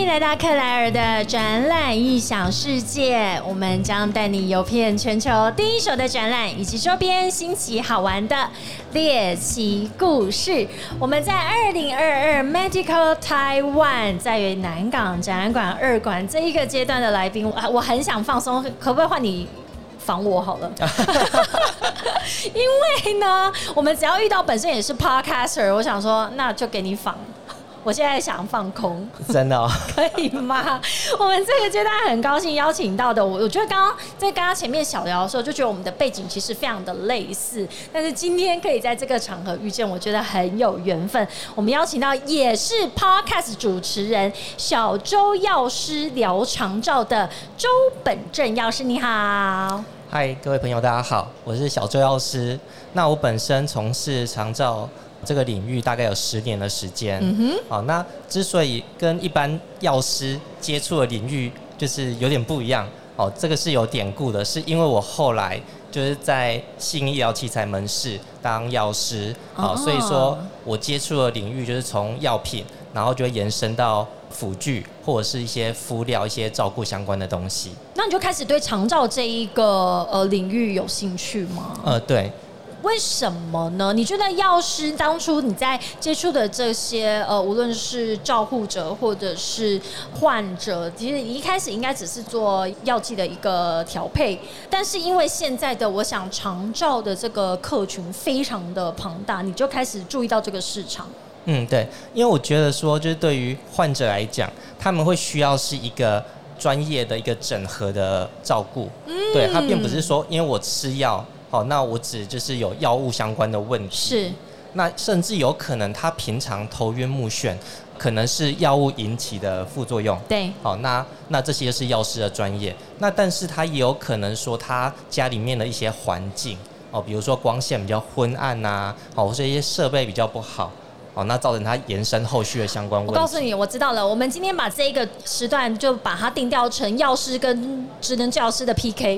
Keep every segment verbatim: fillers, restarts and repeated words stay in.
迎来到克莱尔的展览异想世界，我们将带你游遍全球第一手的展览以及周边新奇好玩的猎奇故事。我们在二零二二 Medical Taiwan 在于南港展览馆二馆这一个阶段的来宾，我很想放松，可不可以换你访我好了？因为呢，我们只要遇到本身也是 podcaster， 我想说那就给你访。我现在想放空， 真的、哦、 可以吗？我们这个阶段很高兴邀请到的，我我觉得刚刚在刚刚前面小聊的时候，就觉得我们的背景其实非常的类似，但是今天可以在这个场合遇见，我觉得很有缘分。我们邀请到也是 Podcast 主持人小周药师聊长照的周本正药师，你好。 嗨，各位朋友，大家好，我是小周药师。那我本身从事长照这个领域大概有十年的时间。嗯哼。好，那之所以跟一般药师接触的领域就是有点不一样，哦，这个是有典故的，是因为我后来就是在信医疗器材门市当药师，哦，所以说我接触的领域就是从药品，然后就会延伸到辅具或者是一些敷料、一些照顾相关的东西。 那你就开始对长照这一个呃领域有兴趣吗？ 呃，对。 为什么呢？你觉得药师当初你在接触的这些呃，无论是照护者或者是患者，其实一开始应该只是做药剂的一个调配，但是因为现在的我想长照的这个客群非常的庞大，你就开始注意到这个市场。 嗯，对，因为我觉得说，就是对于患者来讲，他们会需要是一个专业的一个整合的照顾。嗯，对，他并不是说因为我吃药。好，那我只就是有药物相关的问题， 是， 那甚至有可能他平常头晕目眩，可能是药物引起的副作用。 对， 好，那那这些是药师的专业。那但是他也有可能说他家里面的一些环境，哦，比如说光线比较昏暗啊，哦，或者一些设备比较不好。哦，那造成他延伸后续的相关问题。 我告诉你，我知道了。我们今天把这一个时段就把它定调成药师跟职能治疗师的 P K，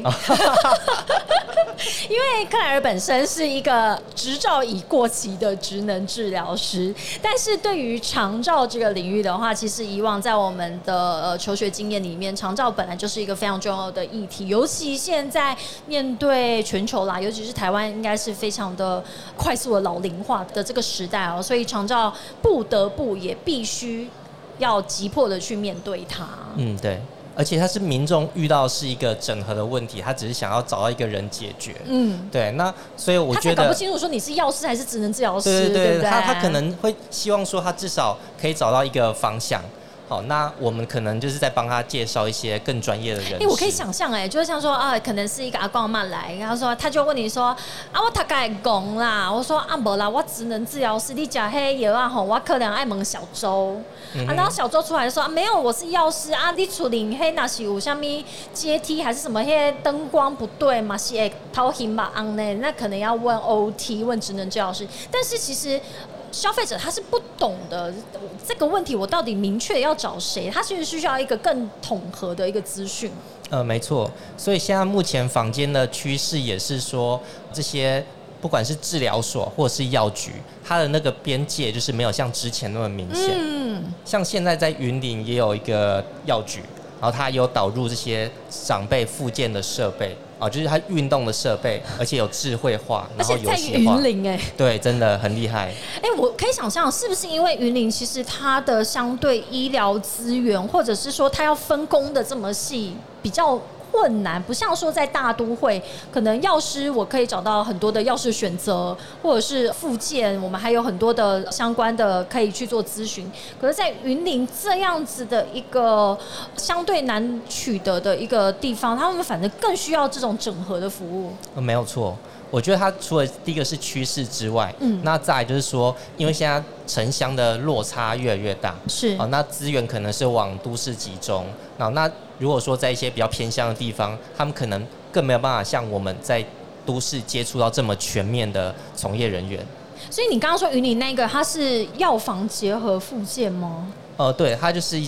因为克莱尔本身是一个执照已过期的职能治疗师，但是对于长照这个领域的话，其实以往在我们的呃求学经验里面，长照本来就是一个非常重要的议题，尤其现在面对全球啦，尤其是台湾，应该是非常的快速的老龄化的这个时代哦，所以长照不得不也必须要急迫的去面对它。 嗯，对，而且它是民众遇到是一个整合的问题，他只是想要找到一个人解决。嗯，对，那所以我觉得他才搞不清楚说你是药师还是职能治疗师， 对对 对, 对不对？ 他他可能会希望说他至少可以找到一个方向。好，那我们可能就是在帮他介绍一些更专业的人士。哎、 欸，我可以想象，哎，就是像说啊，可能是一个阿公阿嬷来，然后说他就问你说啊，我大概讲啦，我说啊，无啦，我职能治疗师，你吃黑药啊吼，我可能爱问小周、嗯、啊，然后小周出来就说啊，没有，我是药师啊，你处理黑那是有什么阶梯还是什么黑灯光不对嘛，是会头晕吧昂呢？那可能要问 O T， 问职能治疗师，但是其实。消费者他是不懂的这个问题，我到底明确要找谁？他其实需要一个更统合的一个资讯。 呃，没错。所以现在目前坊间的趋势也是说，这些不管是治疗所或者是药局，它的那个边界就是没有像之前那么明显。嗯。像现在在云林也有一个药局，然后它有导入这些长辈复健的设备。哦，就是它运动的设备，而且有智慧化，然后游戏化。 而且在云林哎， 对，真的很厉害。 哎，我可以想象，是不是因为云林其实它的相对医疗资源，或者是说它要分工的这么细，比较困难，不像说在大都会，可能药师我可以找到很多的药师选择，或者是复健，我们还有很多的相关的可以去做咨询。可是，在云林这样子的一个相对难取得的一个地方，他们反正更需要这种整合的服务。 呃、没有错。我觉得它除了第一个是趋势之外，嗯，那再来就是说，因为现在城乡的落差越来越大， 是， 哦，那资源可能是往都市集中，那那如果说在一些比较偏乡的地方，他们可能更没有办法像我们在都市接触到这么全面的从业人员。 所以你刚刚说云林那个，它是药房结合复健吗？ 呃，对，它就是一间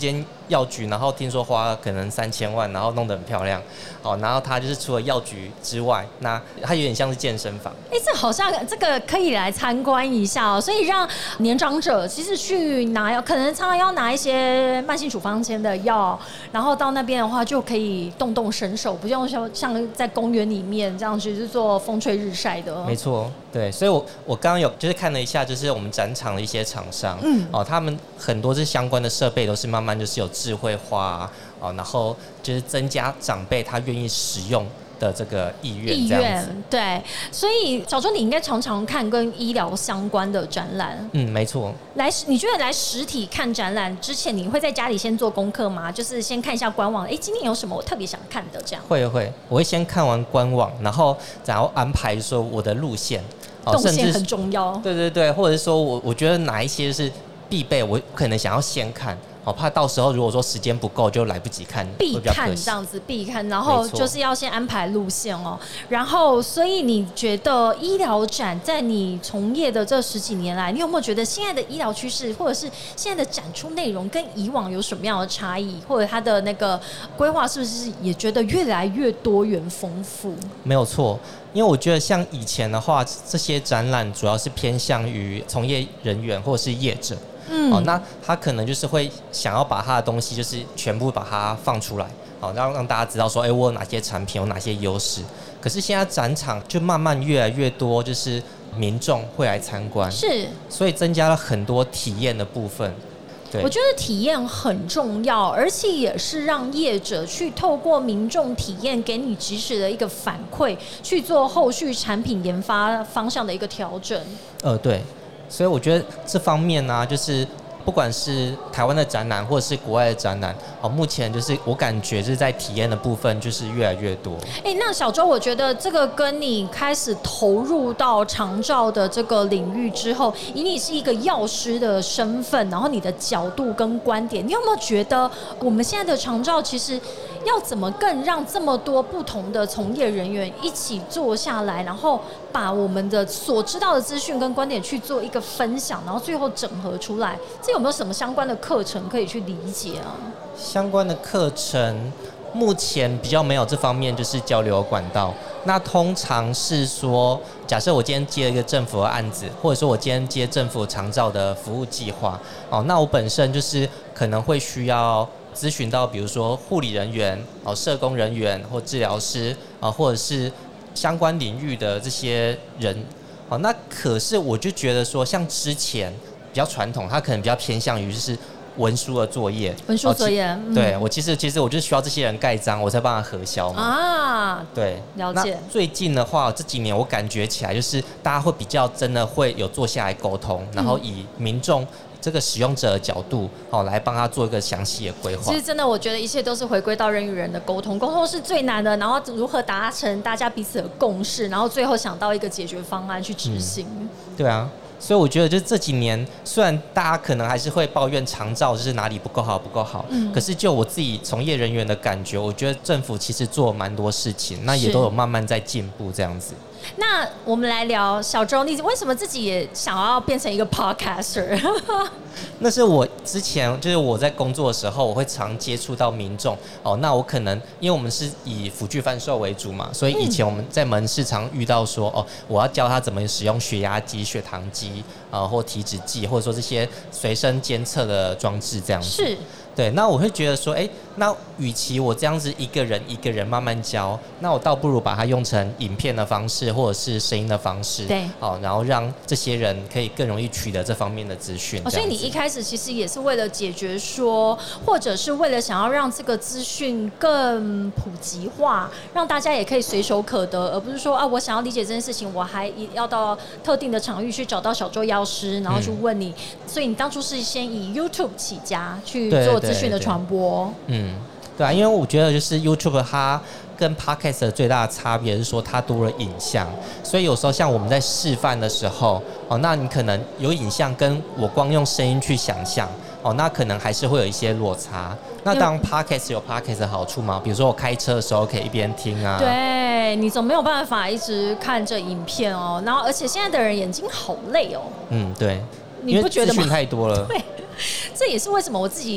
药局，然后听说花可能三千万，然后弄得很漂亮，哦，然后它就是除了药局之外，那它有点像是健身房。 哎，这好像这个可以来参观一下哦。所以让年长者其实去拿药，可能常常要拿一些慢性处方签的药，然后到那边的话就可以动动身手，不用像像在公园里面这样子是做风吹日晒的。 没错，对，所以我我刚刚有就是看了一下，就是我们展场的一些厂商，嗯，哦，他们很多这相关的设备都是慢慢就是有智慧化啊，哦，然后就是增加长辈他愿意使用的这个意愿， 意愿对，所以小周你应该常常看跟医疗相关的展览。 嗯，没错。 来，你觉得来实体看展览之前，你会在家里先做功课吗？就是先看一下官网，哎，今天有什么我特别想看的这样？ 会会，我会先看完官网，然后然后安排说我的路线， 哦、动线很重要。 对对对，或者是说我我觉得哪一些是必备，我可能想要先看。哦，怕到时候如果说时间不够，就来不及看， 必看这样子，必看，然后就是要先安排路线哦。然后，所以你觉得医疗展在你从业的这十几年来，你有没有觉得现在的医疗趋势，或者是现在的展出内容跟以往有什么样的差异，或者它的那个规划是不是也觉得越来越多元丰富？ 没有错。因为我觉得像以前的话，这些展览主要是偏向于从业人员或者是业者。嗯，哦，那他可能就是会想要把他的东西就是全部把它放出来，好，让让大家知道说，哎、欸，我有哪些产品，有哪些优势。可是现在展场就慢慢越来越多，就是民众会来参观， 是， 所以增加了很多体验的部分。对， 我觉得体验很重要，而且也是让业者去透过民众体验给你及时的一个反馈，去做后续产品研发方向的一个调整。 呃，对。所以我觉得这方面呢、啊，就是不管是台湾的展览或者是国外的展览，哦，目前就是我感觉就是在体验的部分就是越来越多。 哎、欸，那小周，我觉得这个跟你开始投入到长照的这个领域之后，以你是一个药师的身份，然后你的角度跟观点，你有没有觉得我们现在的长照其实要怎么更让这么多不同的从业人员一起坐下来，然后把我们的所知道的资讯跟观点去做一个分享，然后最后整合出来？这有没有什么相关的课程可以去理解啊？ 相关的课程目前比较没有这方面就是交流管道。那通常是说，假设我今天接了一个政府的案子，或者说我今天接政府长照的服务计划，哦，那我本身就是可能会需要咨询到，比如说护理人员、哦社工人员或治疗师啊，或者是相关领域的这些人。哦，那可是我就觉得说，像之前比较传统，它可能比较偏向于就是文书的作业， 文书作业，嗯、 对我其实其实我就需要这些人盖章，我才帮他核销嘛。啊，对， 了解。 那最近的话，这几年我感觉起来就是大家会比较真的会有坐下来沟通，然后以民众这个使用者的角度，哦，来帮他做一个详细的规划。 其实真的，我觉得一切都是回归到人与人的沟通，沟通是最难的，然后如何达成大家彼此的共识，然后最后想到一个解决方案去执行。 嗯、对啊。所以我觉得，就这几年，虽然大家可能还是会抱怨长照就是哪里不够好不够好，嗯，可是就我自己从业人员的感觉，我觉得政府其实做蛮多事情，那也都有慢慢在进步这样子。 那我们来聊小周，你为什么自己也想要变成一个 podcaster？ 那是我之前就是我在工作的时候，我会常接触到民众哦。那我可能因为我们是以辅具贩售为主嘛，所以以前我们在门市常遇到说哦，我要教他怎么使用血压机、血糖机啊、呃，或体脂计，或者说这些随身监测的装置这样子。是。对，那我会觉得说，哎、欸，那与其我这样子一个人一个人慢慢教，那我倒不如把它用成影片的方式，或者是声音的方式，对，好，然后让这些人可以更容易取得这方面的资讯。 哦，所以你一开始其实也是为了解决说，或者是为了想要让这个资讯更普及化，让大家也可以随手可得，而不是说啊，我想要理解这件事情，我还要到特定的场域去找到小周药师，然后去问你。嗯、所以你当初是先以 YouTube 起家去做资讯的传播。 嗯，对啊，因为我觉得就是 YouTube 它跟 Podcast 的最大的差别是说它多了影像，所以有时候像我们在示范的时候，哦，那你可能有影像跟我光用声音去想象，哦，那可能还是会有一些落差。那当然 Podcast 有 Podcast 的好处嘛，比如说我开车的时候可以一边听啊。 对，你总没有办法一直看着影片哦，然后而且现在的人眼睛好累哦。 嗯，对， 你不觉得吗？ 因为资讯太多了。 对，这也是为什么我自己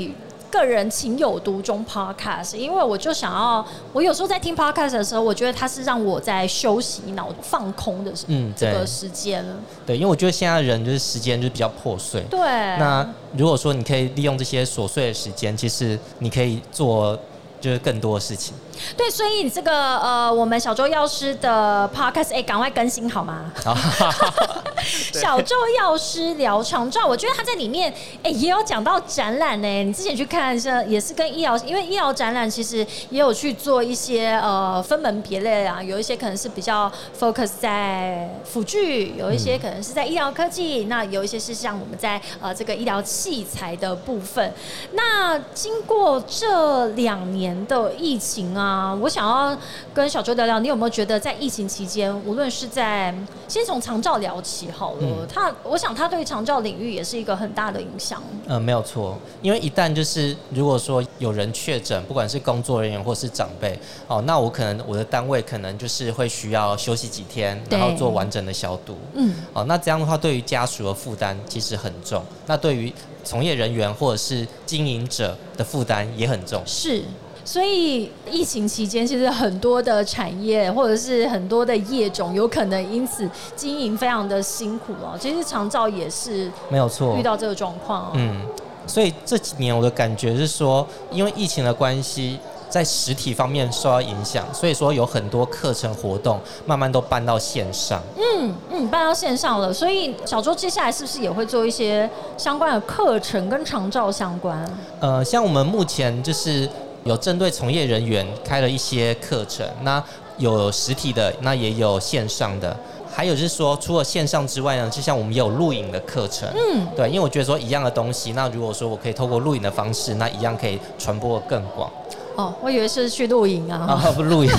个人情有独钟 podcast， 因为我就想要，我有时候在听 podcast 的时候，我觉得它是让我在休息脑放空的嗯这个时间。 对，因为我觉得现在人就是时间就是比较破碎。 对。 那如果说你可以利用这些琐碎的时间，其实你可以做就是更多的事情。 对，所以这个呃，我们小周药师的 podcast， 哎，赶快更新好吗？小周药师聊长照，我觉得他在里面哎也有讲到展览呢。你之前去看一下，也是跟医疗，因为医疗展览其实也有去做一些呃分门别类啊，有一些可能是比较 focus 在辅具，有一些可能是在医疗科技，嗯、那有一些是像我们在呃这个医疗器材的部分。那经过这两年的疫情啊。啊，我想要跟小周聊聊，你有没有觉得在疫情期间，无论是在先从长照聊起好了，嗯、他我想他对长照领域也是一个很大的影响。 呃，没有错，因为一旦就是如果说有人确诊，不管是工作人员或是长辈，哦，那我可能我的单位可能就是会需要休息几天，然后做完整的消毒。嗯，哦，那这样的话，对于家属的负担其实很重，那对于从业人员或者是经营者的负担也很重。 是。所以疫情期间，其实很多的产业或者是很多的业种，有可能因此经营非常的辛苦哦。其实长照也是没有错遇到这个状况。 嗯，所以这几年我的感觉是说，因为疫情的关系，在实体方面受到影响，所以说有很多课程活动慢慢都搬到线上。 嗯嗯，搬到线上了。所以小周接下来是不是也会做一些相关的课程跟长照相关？ 呃，像我们目前就是有针对从业人员开了一些课程，那有实体的，那也有线上的。还有就是说，除了线上之外呢，就像我们也有录影的课程，嗯，对，因为我觉得说一样的东西，那如果说我可以透过录影的方式，那一样可以传播得更广。 哦，我以为是去录影啊， 啊，不录影。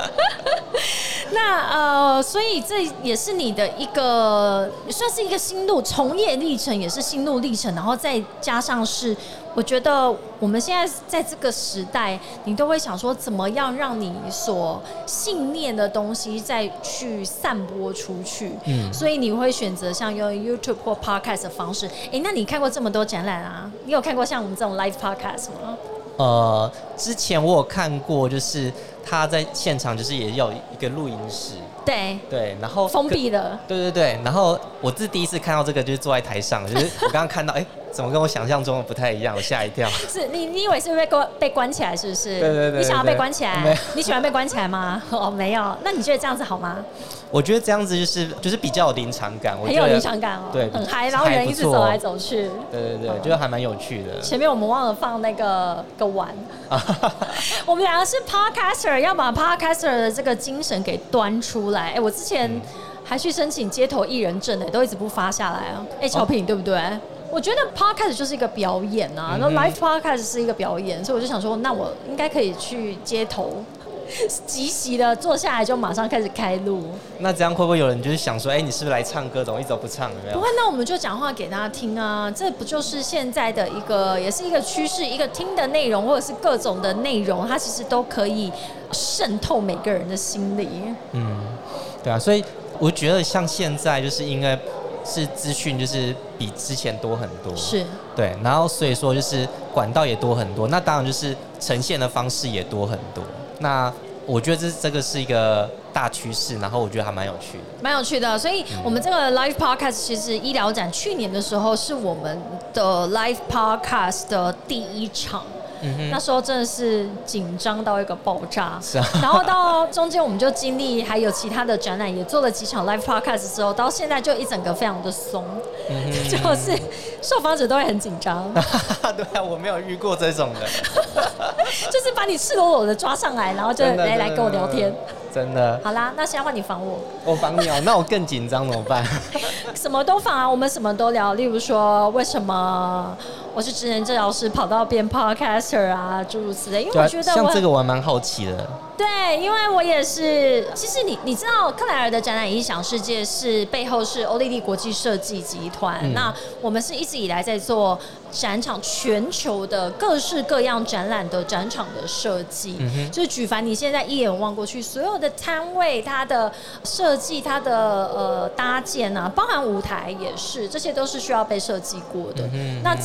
那呃，所以这也是你的一个算是一个心路从业历程，也是心路历程，然后再加上是，我觉得我们现在在这个时代，你都会想说，怎么样让你所信念的东西再去散播出去。嗯，所以你会选择像用 YouTube 或 Podcast 的方式。哎、欸，那你看过这么多展览啊？你有看过像我们这种 Live Podcast 吗？ 呃，之前我有看过，就是他在现场就是也有一个录音室， 对对，然后封闭的， 对对对，然后我是第一次看到这个，就是坐在台上，就是我刚刚看到，哎、欸，怎么跟我想象中的不太一样，我吓一跳。 是你你以为是被关被关起来是不是？ 对对 对, 對， 你想要被关起来？你喜欢被关起来吗？哦，没有。那你觉得这样子好吗？ 我觉得这样子就是就是比较有临场感，我很有临场感哦， 对， 很嗨，然后人一直走来走去， 对对对，觉得还蛮有趣的。 前面我们忘了放那个个碗，我们两个是 podcaster， 要把 podcaster 的这个精神给端出来。哎，我之前还去申请街头艺人证，哎，都一直不发下来啊。哎，乔品对不对？我觉得 podcast 就是一个表演啊，然后 live podcast 是一个表演，所以我就想说，那我应该可以去街头。即席的坐下来就马上开始开录， 那这样会不会有人就是想说，哎、欸，你是不是来唱歌，怎么一直都不唱？有没有？ 不会，那我们就讲话给大家听啊，这不就是现在的一个，也是一个趋势，一个听的内容或者是各种的内容，它其实都可以渗透每个人的心里。 嗯，对啊，所以我觉得像现在就是应该是资讯就是比之前多很多， 是对，然后所以说就是管道也多很多，那当然就是呈现的方式也多很多。那我觉得这这个是一个大趋势，然后我觉得还蛮有趣的， 蛮有趣的。所以我们这个 live podcast 其实医疗展去年的时候是我们的 live podcast 的第一场。嗯、那时候真的是紧张到一个爆炸， 是啊。 然后到中间我们就经历还有其他的展览，也做了几场 live podcast 之后，到现在就一整个非常的松，嗯、就是受访者都会很紧张。 对啊，我没有遇过这种的， 就是把你赤裸裸的抓上来，然后就来来跟我聊天。 真的。 好啦，那现在换你访我。 我访你哦，那我更紧张怎么办？ 什么都访啊，我们什么都聊。例如说，为什么我是职能治疗师跑到变 podcaster 啊，诸如此类。因为我觉得我、 啊、像这个我还蛮好奇的。 对，因为我也是。其实你你知道，克莱尔的展览影响世界是背后是欧丽丽国际设计集团、嗯。那我们是一直以来在做展场全球的各式各样展览的展场的设计。嗯、就是举凡你现在一眼望过去，所有的摊位、它的设计、它的呃搭建啊，包含舞台也是，这些都是需要被设计过的。嗯、那这个真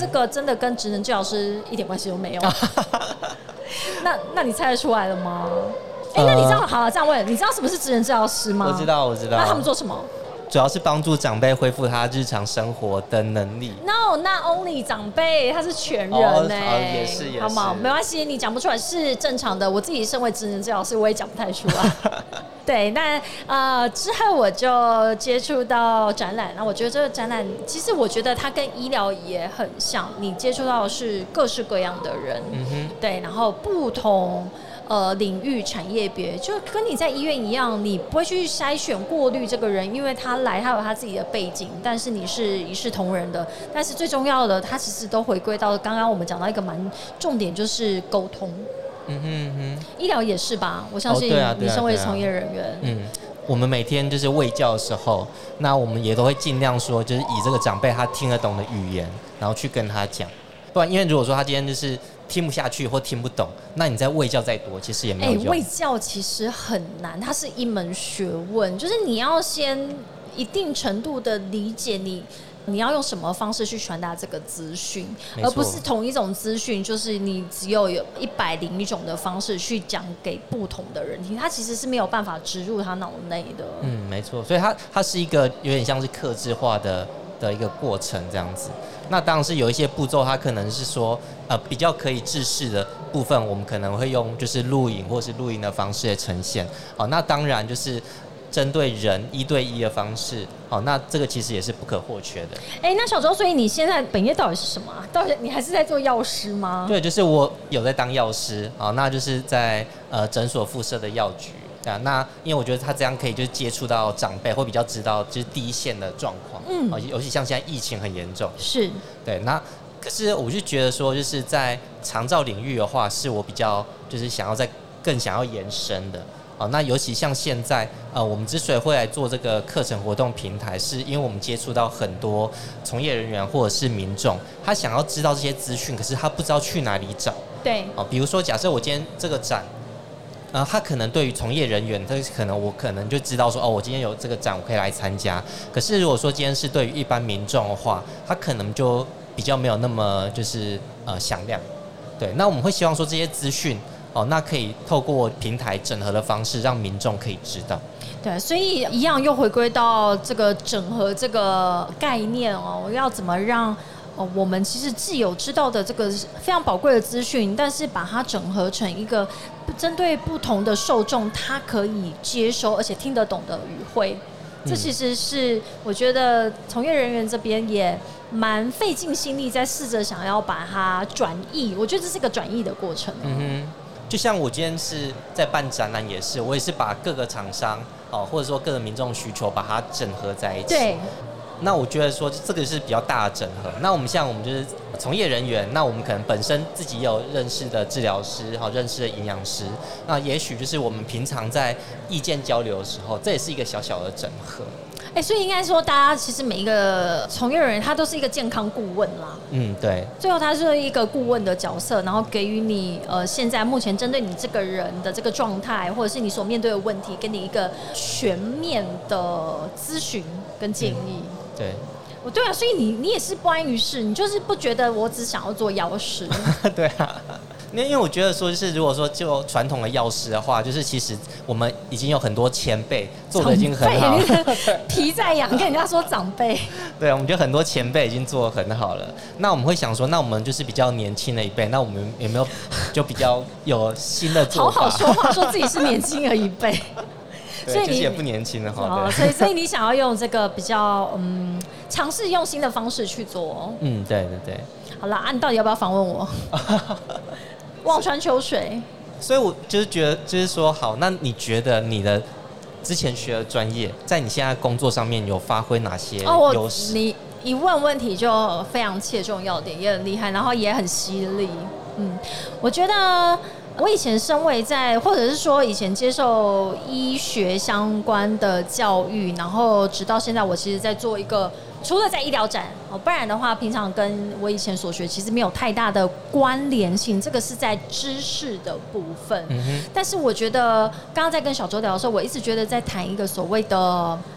真的跟职能治疗师一点关系都没有。那那你猜得出来了吗？哎、欸，那你知道、呃、好了，这样问，你知道什么是职能治疗师吗？ 我知道，我知道。 那他们做什么？ 主要是帮助长辈恢复他日常生活的能力。 No, not only 长辈，他是全人呢、欸哦哦。也是也是。 好吗？没关系，你讲不出来是正常的。我自己身为职能治疗师，我也讲不太出来。对，那呃之后我就接触到展览，那我觉得这个展览其实我觉得它跟医疗也很像，你接触到的是各式各样的人，嗯哼，对，然后不同。呃，领域产业别就跟你在医院一样，你不会去筛选过滤这个人，因为他来他有他自己的背景，但是你是一视同仁的。但是最重要的，他其实都回归到刚刚我们讲到一个蛮重点，就是沟通。嗯哼嗯哼，医疗也是吧？我相信你身为从业人员，哦啊啊啊、嗯， 我们每天就是卫教的时候，那我们也都会尽量说，就是以这个长辈他听得懂的语言，然后去跟他讲，不然因为如果说他今天就是听不下去或听不懂，那你在卫教再多，其实也没有用。 哎、欸，卫教其实很难，它是一门学问，就是你要先一定程度的理解你。你要用什么方式去传达这个资讯，而不是同一种资讯，就是你只有有一百零一种的方式去讲给不同的人听，它其实是没有办法植入他脑内的。 嗯，没错，所以它它是一个有点像是客制化的的一个过程这样子。那当然是有一些步骤，它可能是说呃比较可以制式的部分，我们可能会用就是录影或是录音的方式来呈现。好，那当然就是针对人一对一的方式，好，那这个其实也是不可或缺的。 哎、欸，那小周，所以你现在本业到底是什么、啊？到底你还是在做药师吗？ 对，就是我有在当药师，好，那就是在呃诊所附设的药局。啊，那因为我觉得他这样可以就是接触到长辈，会比较知道就是第一线的状况，嗯，尤其像现在疫情很严重， 是， 对，那可是我就觉得说，就是在长照领域的话，是我比较就是想要再更想要延伸的。哦，那尤其像现在，呃，我们之所以会来做这个课程活动平台，是因为我们接触到很多从业人员或者是民众，他想要知道这些资讯，可是他不知道去哪里找。 对， 哦，比如说，假设我今天这个展。呃，他可能对于从业人员，他可能我可能就知道说，哦，我今天有这个展，我可以来参加。可是如果说今天是对于一般民众的话，他可能就比较没有那么就是呃响亮。对，那我们会希望说这些资讯，哦，那可以透过平台整合的方式，让民众可以知道。 对，所以一样又回归到这个整合这个概念哦，要怎么让。哦，我们其实既有知道的这个非常宝贵的资讯，但是把它整合成一个针对不同的受众，他可以接收而且听得懂的语汇。这其实是我觉得从业人员这边也蛮费尽心力在试着想要把它转译。我觉得这是个转译的过程。嗯哼，就像我今天是在办展览，也是我也是把各个厂商哦，或者说各个民众需求把它整合在一起。 对。 那我觉得说这个是比较大的整合。那我们像我们就是从业人员，那我们可能本身自己有认识的治疗师，好认识的营养师，那也许就是我们平常在意见交流的时候，这也是一个小小的整合。 哎、欸，所以应该说，大家其实每一个从业人员，他都是一个健康顾问啦。 嗯，对。 最后，他是一个顾问的角色，然后给予你呃，现在目前针对你这个人的这个状态，或者是你所面对的问题，给你一个全面的咨询跟建议。嗯， 对。 我对啊，所以你你也是不安于事，你就是不觉得我只想要做药师。 对啊。因为我觉得说，就是如果说就传统的药师的话，就是其实我们已经有很多前辈做的已经很好了， 皮在痒，跟人家说长辈。 对，我们就很多前辈已经做得很好了。那我们会想说，那我们就是比较年轻的一辈，那我们有没有就比较有新的做法？ 好好说话，说自己是年轻的一辈。 所以你也不年轻了哈。 哦，所以所以你想要用这个比较嗯尝试用新的方式去做。 嗯，对对对。 好了，啊，你到底要不要访问我？望穿秋水， 所以我就是觉得，就是说，好，那你觉得你的之前学的专业，在你现在工作上面有发挥哪些优势？ 哦，你一问问题就非常切中要点，也很厉害，然后也很犀利。嗯，我觉得我以前身为在，或者是说以前接受医学相关的教育，然后直到现在，我其实在做一个。除了在医疗展，不然的话，平常跟我以前所学其实没有太大的关联性。这个是在知识的部分。嗯、但是我觉得，刚刚在跟小周聊的时候，我一直觉得在谈一个所谓的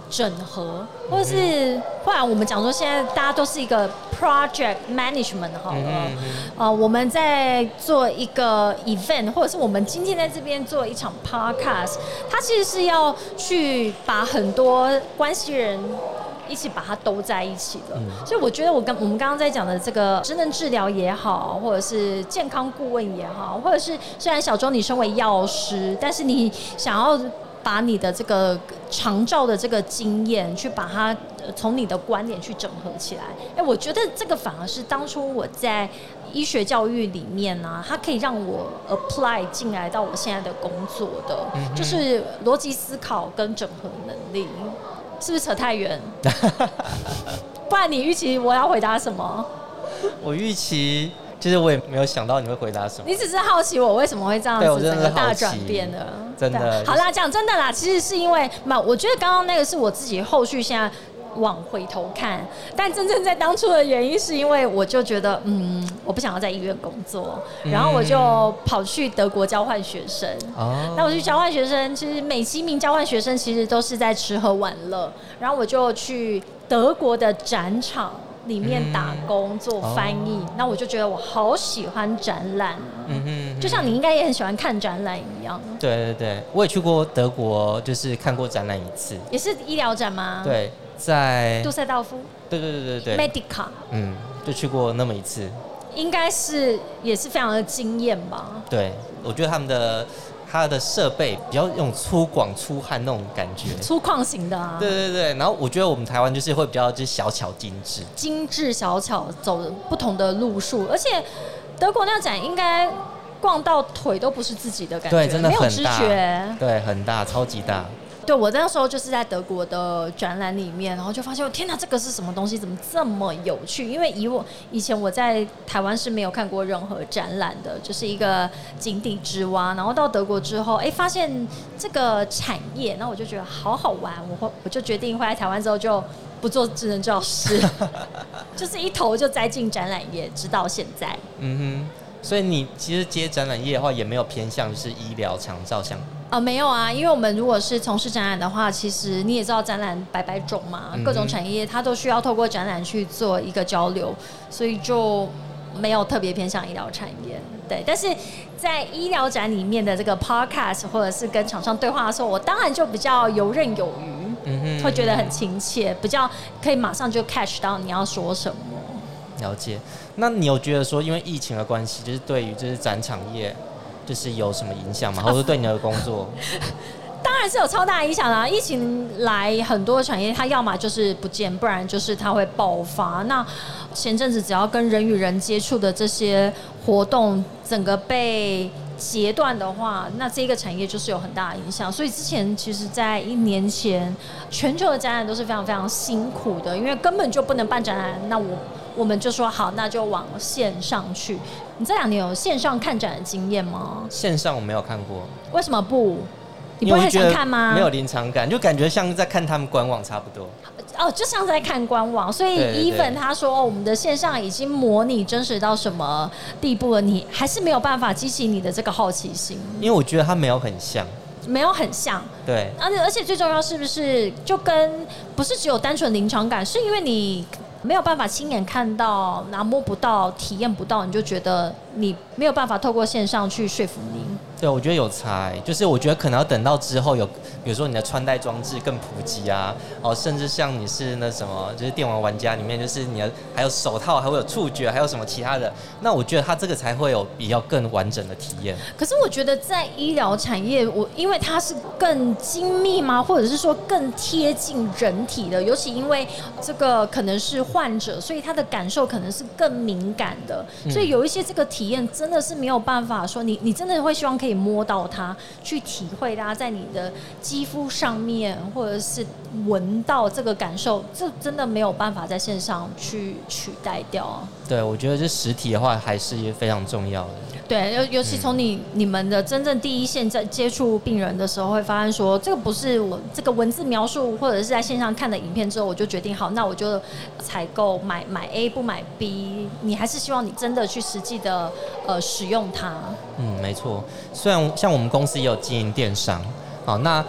整合，或者是不然我们讲说现在大家都是一个 project management 好了，嗯嗯呃，我们在做一个 event， 或者是我们今天在这边做一场 podcast， 它其实是要去把很多关系人一起把它兜在一起的，嗯、所以我觉得我跟我们刚刚在讲的这个职能治疗也好，或者是健康顾问也好，或者是虽然小周你身为药师，但是你想要把你的这个长照的这个经验，去把它从你的观点去整合起来。哎，我觉得这个反而是当初我在医学教育里面呢、啊，它可以让我 apply 进来到我现在的工作的，嗯、就是逻辑思考跟整合能力。是不是扯太远？不然你预期我要回答什么？ 我预期。其实我也没有想到你会回答什么， 你只是好奇我为什么会这样子整个大转变的， 真的。 好啦，讲真的啦，其实是因为，我觉得刚刚那个是我自己后续现在往回头看，但真正在当初的原因是因为我就觉得，嗯，我不想要在医院工作，然后我就跑去德国交换学生。哦，那我去交换学生，其实每七名交换学生其实都是在吃喝玩乐，然后我就去德国的展场里面打工做翻译，嗯哦、那我就觉得我好喜欢展览，嗯哼嗯哼，就像你应该也很喜欢看展览一样。 对对对，我也去过德国，就是看过展览一次， 也是医疗展吗？ 对，在杜塞道夫。 对对对对对 ，Medica， 嗯，就去过那么一次， 应该是也是非常的惊艳吧。 对，我觉得他们的。它的设备比较用粗犷粗汉那种感觉， 粗犷型的啊。 对对对，然后我觉得我们台湾就是会比较就是小巧精致， 精致小巧，走不同的路数，而且德国那个展应该逛到腿都不是自己的感觉， 对，真的很大， 没有知觉， 对，很大，超级大。 对，我那时候就是在德国的展览里面，然后就发现，天哪，这个是什么东西？怎么这么有趣？因为以我以前我在台湾是没有看过任何展览的，就是一个井底之蛙。然后到德国之后，哎，发现这个产业，然后我就觉得好好玩，我我就决定回来台湾之后就不做职能治疗师，就是一头就栽进展览业，直到现在。 嗯哼。所以你其实接展览业的话，也没有偏向就是医疗长照相。 呃，没有啊，因为我们如果是从事展览的话，其实你也知道展览百百种嘛，各种产业它都需要透过展览去做一个交流，所以就没有特别偏向医疗产业。对，但是在医疗展里面的这个 podcast 或者是跟厂商对话的时候，我当然就比较游刃有余，嗯哼，会觉得很亲切，比较可以马上就 catch 到你要说什么。 了解。那你有觉得说，因为疫情的关系，就是对于就是展场业，就是有什么影响吗？或者对你的工作？ 当然是有超大影响啦！疫情来，很多产业它要么就是不见，不然就是它会爆发。那前阵子只要跟人与人接触的这些活动，整个被截断的话，那这个产业就是有很大的影响。所以之前其实在一年前，全球的展览都是非常非常辛苦的，因为根本就不能办展览。那我我们就说好，那就往线上去。你这两年有线上看展的经验吗？ 线上我没有看过。 为什么不？你不会很想看吗？ 没有临场感，就感觉像在看他们官网差不多。 哦，就像在看官网，所以 even 他说、哦、我们的线上已经模拟真实到什么地步了，你还是没有办法激起你的这个好奇心。 因为我觉得它没有很像。 没有很像， 对， 而且而且最重要是不是就跟不是只有单纯临场感，是因为你没有办法亲眼看到，然后摸不到、体验不到，你就觉得你没有办法透过线上去说服你。 对，我觉得有差，就是我觉得可能要等到之后有，比如说你的穿戴装置更普及啊，哦，甚至像你是那什么，就是电玩玩家里面，就是你的还有手套，还会有触觉，还有什么其他的，那我觉得它这个才会有比较更完整的体验。 可是我觉得在医疗产业，我因为它是更精密吗，或者是说更贴近人体的，尤其因为这个可能是患者，所以他的感受可能是更敏感的，所以有一些这个体验真的是没有办法说你你真的会希望可以摸到它，去体会它在你的肌肤上面，或者是闻到这个感受，这真的没有办法在线上去取代掉啊。 对，我觉得这实体的话还是非常重要的。 对，尤尤其从你、嗯、你们的真正第一线在接触病人的时候，会发现说，这个不是我这个文字描述，或者是在线上看的影片之后，我就决定好，那我就采购买买 A 不买 B， 你还是希望你真的去实际的呃使用它。 嗯，没错。虽然像我们公司也有经营电商，好，那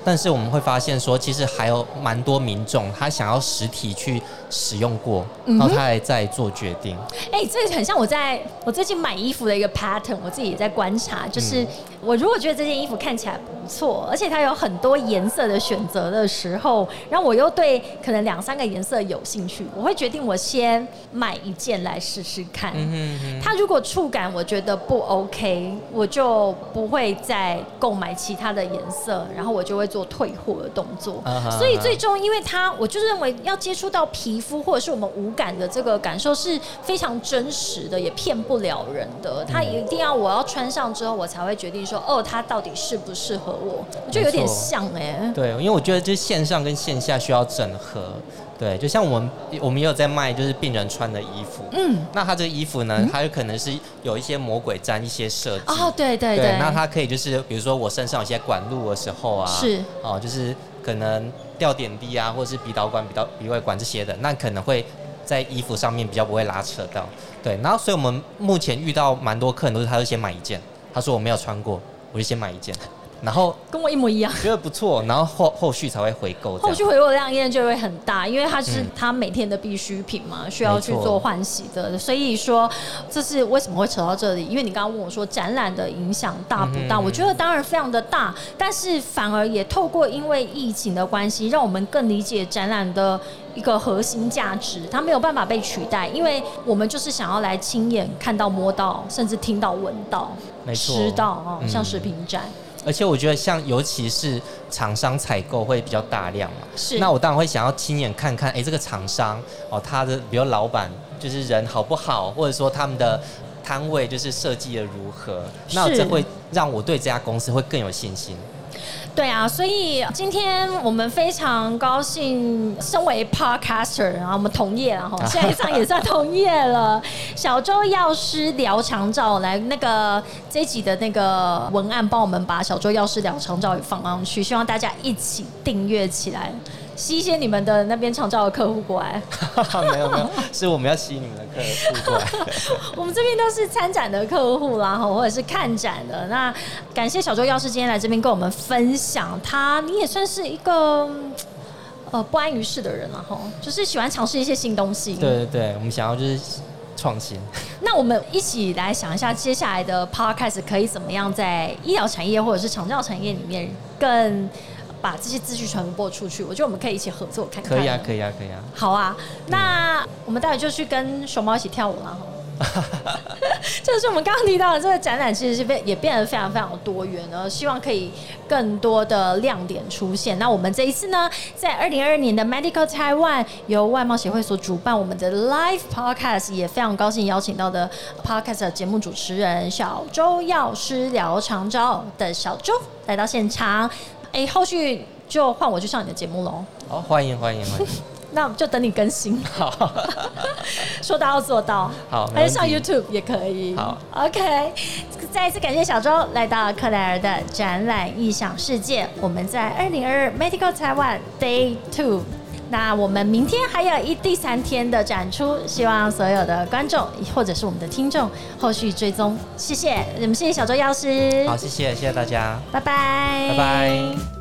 但是我们会发现说，其实还有蛮多民众他想要实体去使用过，然后他还在做决定。 哎、欸，这很像我在我最近买衣服的一个 pattern， 我自己也在观察，就是我如果觉得这件衣服看起来不错，而且它有很多颜色的选择的时候，然后我又对可能两三个颜色有兴趣，我会决定我先买一件来试试看。嗯哼哼，它如果触感我觉得不 OK， 我就不会再购买其他的颜色，然后我就会做退货的动作。Uh-huh. 所以最终因为它，我就认为要接触到皮肤或者是我们无感的这个感受是非常真实的，也骗不了人的。它一定要我要穿上之后，我才会决定说，哦，它到底适不适合我？我觉得有点像哎、欸。 对，因为我觉得就是线上跟线下需要整合。对，就像我们我们也有在卖，就是病人穿的衣服。嗯，那它这个衣服呢，嗯、它有可能是有一些魔鬼毡一些设计。 哦，对对 对, 对。那它可以就是，比如说我身上有些管路的时候啊， 是哦，就是可能吊点滴啊，或者是鼻导管、鼻导鼻胃管这些的，那可能会在衣服上面比较不会拉扯到。对，然后所以我们目前遇到蛮多客人都是，他就先买一件，他说我没有穿过，我就先买一件。然后跟我一模一样， 觉得不错，然后后后续才会回购。 后续回购量应该就会很大，因为它是他每天的必需品嘛，嗯、需要去做换洗的。所以说，这是为什么会扯到这里？因为你刚刚问我说展览的影响大不大？嗯、我觉得当然非常的大，但是反而也透过因为疫情的关系，让我们更理解展览的一个核心价值，它没有办法被取代，因为我们就是想要来亲眼看到、摸到，甚至听到、闻到、吃到啊，像食品展。嗯， 而且我觉得像尤其是厂商采购会比较大量嘛， 是。 那我当然会想要亲眼看看，哎、欸，这个厂商哦，他的比如老板就是人好不好，或者说他们的摊位就是设计的如何，那这会让我对这家公司会更有信心。 对啊，所以今天我们非常高兴，身为 podcaster， 然后我们同业啊，现在上也算同业了。小周药师聊长照，来那个这一集的那个文案，帮我们把小周药师聊长照也放上去，希望大家一起订阅起来。吸一些你们的那边长照的客户过来。 没有没有，是我们要吸你们的客户过来。 我们这边都是参展的客户啦，或者是看展的。那感谢小周药师今天来这边跟我们分享，他你也算是一个呃不安于世的人了哈，就是喜欢尝试一些新东西。 对对对，我们想要就是创新。 那我们一起来想一下，接下来的 podcast 可以怎么样在医疗产业或者是长照产业里面更把这些资讯传播出去，我觉得我们可以一起合作看看。 可以啊，可以啊，可以啊。 好啊，那我们待会就去跟熊猫一起跳舞了。就是我们刚刚提到的这个展览，其实是变也变得非常非常多元了，希望可以更多的亮点出现。那我们这一次呢，在二零二二年的 Medical Taiwan 由外贸协会所主办我们的 Live Podcast， 也非常高兴邀请到的 Podcast 的节目主持人小周药师聊长照的小周来到现场。哎、欸，后续就换我去上你的节目喽。 好，欢迎欢迎欢迎。 那就等你更新。好，说到要做到。 好， 还是上 YouTube 也可以。 好 ，OK。再一次感谢小周来到克莱尔的展览异想世界。我们在二零二二 Medical Taiwan Day Two。那我们明天还有一第三天的展出，希望所有的观众或者是我们的听众后续追踪。谢谢，我们谢谢小周药师。 好，谢谢，谢谢大家， 拜拜， 拜拜。